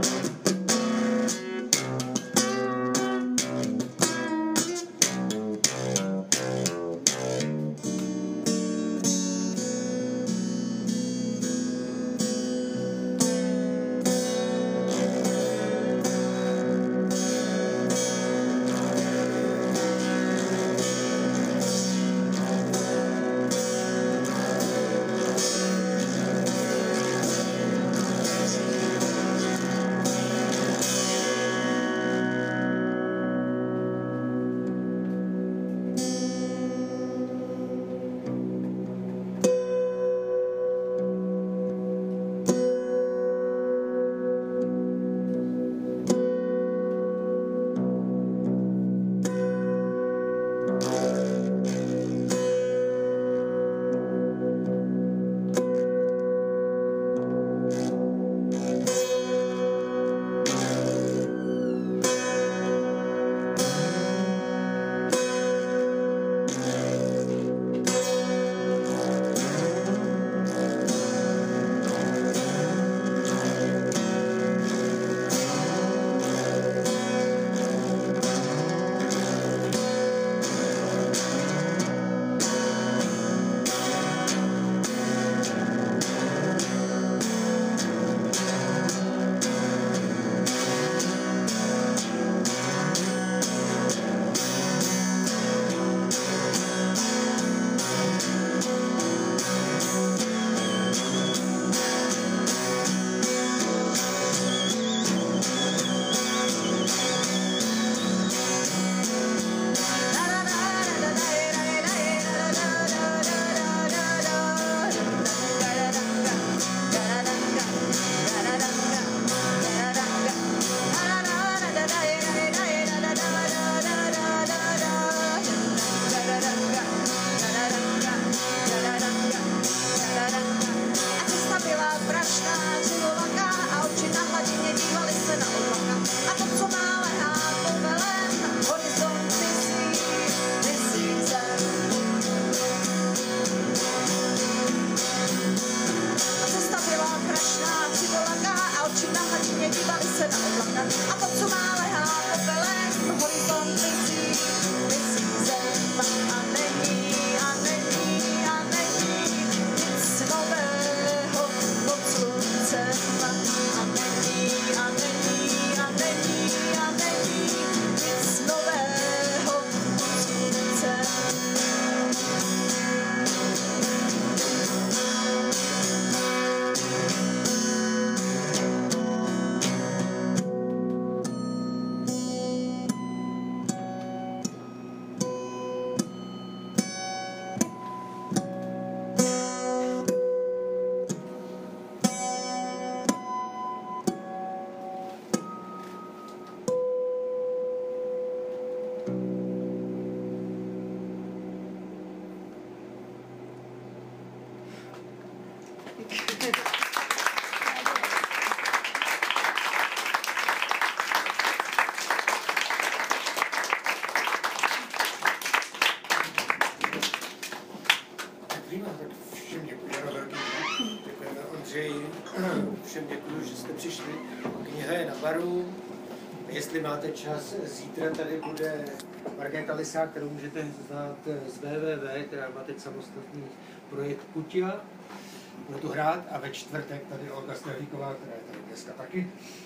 Všem děkuji, že jste přišli. Kniha je na baru. Jestli máte čas, zítra tady bude Markéta Lisák, kterou můžete znát z W W W, která má teď samostatný projekt Kutia. Bude tu hrát a ve čtvrtek tady Olga Stehlíková, která je tady dneska taky,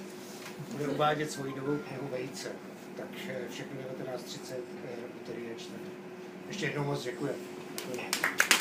bude uvádět svoji novou knihu Vejce. Takže všechno devatenáct třicet, úterý je čtvrtek. Ještě jednou moc děkuji. Děkuji.